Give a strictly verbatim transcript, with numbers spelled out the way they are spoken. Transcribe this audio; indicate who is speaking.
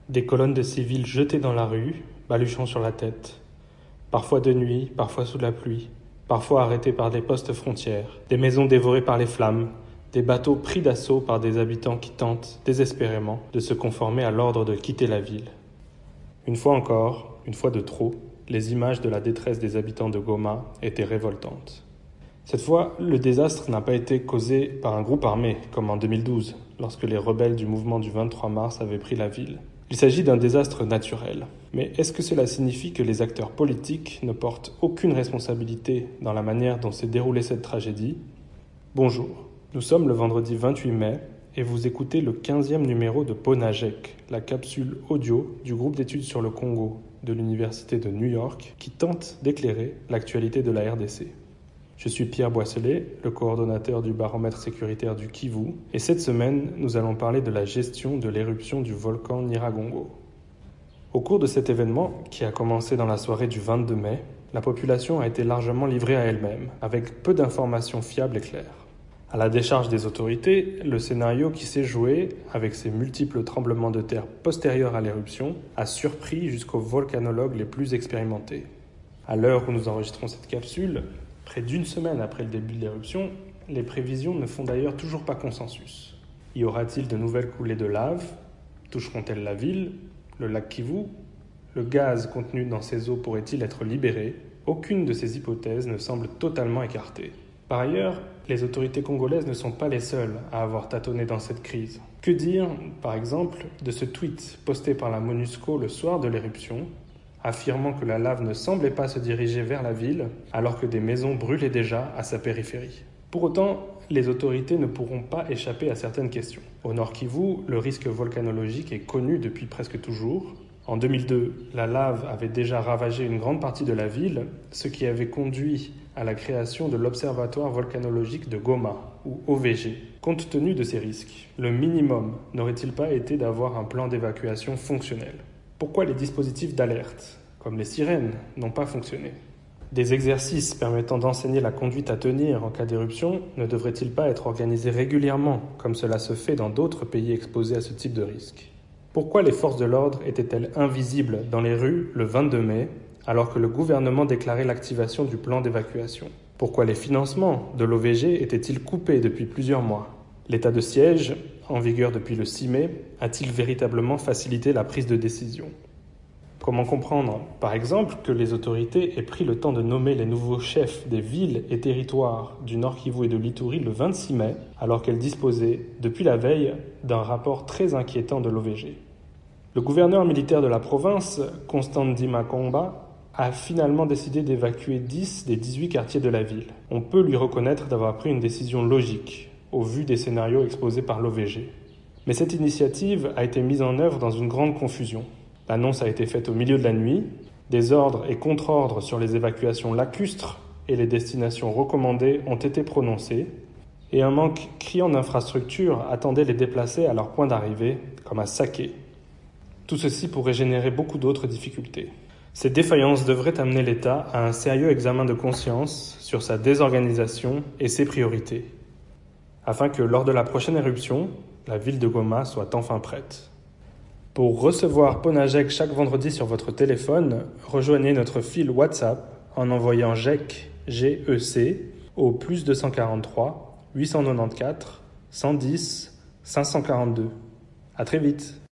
Speaker 1: Des colonnes de civils jetées dans la rue, baluchant sur la tête. Parfois de nuit, parfois sous la pluie, parfois arrêtés par des postes frontières, des maisons dévorées par les flammes, des bateaux pris d'assaut par des habitants qui tentent, désespérément, de se conformer à l'ordre de quitter la ville. Une fois encore, une fois de trop, les images de la détresse des habitants de Goma étaient révoltantes. Cette fois, le désastre n'a pas été causé par un groupe armé, comme en deux mille douze, lorsque les rebelles du mouvement du vingt-trois mars avaient pris la ville. Il s'agit d'un désastre naturel. Mais est-ce que cela signifie que les acteurs politiques ne portent aucune responsabilité dans la manière dont s'est déroulée cette tragédie ? Bonjour, nous sommes le vendredi vingt-huit mai et vous écoutez le quinzième numéro de Ponajek, la capsule audio du groupe d'études sur le Congo de l'Université de New York qui tente d'éclairer l'actualité de la R D C. Je suis Pierre Boisselet, le coordonnateur du baromètre sécuritaire du Kivu, et cette semaine, nous allons parler de la gestion de l'éruption du volcan Nyiragongo. Au cours de cet événement, qui a commencé dans la soirée du vingt-deux mai, la population a été largement livrée à elle-même, avec peu d'informations fiables et claires. À la décharge des autorités, le scénario qui s'est joué, avec ses multiples tremblements de terre postérieurs à l'éruption, a surpris jusqu'aux volcanologues les plus expérimentés. À l'heure où nous enregistrons cette capsule, près d'une semaine après le début de l'éruption, les prévisions ne font d'ailleurs toujours pas consensus. Y aura-t-il de nouvelles coulées de lave ? Toucheront-elles la ville ? Le lac Kivu ? Le gaz contenu dans ces eaux pourrait-il être libéré ? Aucune de ces hypothèses ne semble totalement écartée. Par ailleurs, les autorités congolaises ne sont pas les seules à avoir tâtonné dans cette crise. Que dire, par exemple, de ce tweet posté par la MONUSCO le soir de l'éruption, affirmant que la lave ne semblait pas se diriger vers la ville, alors que des maisons brûlaient déjà à sa périphérie. Pour autant, les autorités ne pourront pas échapper à certaines questions. Au Nord Kivu, le risque volcanologique est connu depuis presque toujours. En deux mille deux, la lave avait déjà ravagé une grande partie de la ville, ce qui avait conduit à la création de l'Observatoire volcanologique de Goma, ou O V G. Compte tenu de ces risques, le minimum n'aurait-il pas été d'avoir un plan d'évacuation fonctionnel ? Pourquoi les dispositifs d'alerte, comme les sirènes, n'ont pas fonctionné ? Des exercices permettant d'enseigner la conduite à tenir en cas d'éruption ne devraient-ils pas être organisés régulièrement, comme cela se fait dans d'autres pays exposés à ce type de risque ? Pourquoi les forces de l'ordre étaient-elles invisibles dans les rues le vingt-deux mai, alors que le gouvernement déclarait l'activation du plan d'évacuation ? Pourquoi les financements de l'O V G étaient-ils coupés depuis plusieurs mois ? L'état de siège, en vigueur depuis le six mai, a-t-il véritablement facilité la prise de décision ? Comment comprendre, par exemple, que les autorités aient pris le temps de nommer les nouveaux chefs des villes et territoires du Nord Kivu et de l'Ituri le vingt-six mai, alors qu'elles disposaient, depuis la veille, d'un rapport très inquiétant de l'O V G ? Le gouverneur militaire de la province, Constant Ndima Komba, a finalement décidé d'évacuer dix des dix-huit quartiers de la ville. On peut lui reconnaître d'avoir pris une décision logique, au vu des scénarios exposés par l'O V G. Mais cette initiative a été mise en œuvre dans une grande confusion. L'annonce a été faite au milieu de la nuit, des ordres et contre-ordres sur les évacuations lacustres et les destinations recommandées ont été prononcés, et un manque criant d'infrastructures attendait les déplacés à leur point d'arrivée, comme à Saké. Tout ceci pourrait générer beaucoup d'autres difficultés. Ces défaillances devraient amener l'État à un sérieux examen de conscience sur sa désorganisation et ses priorités, afin que lors de la prochaine éruption, la ville de Goma soit enfin prête. Pour recevoir Ponajek chaque vendredi sur votre téléphone, rejoignez notre fil WhatsApp en envoyant G E C, G E C au plus deux cent quarante-trois, huit cent quatre-vingt-quatorze, cent dix, cinq cent quarante-deux. À très vite.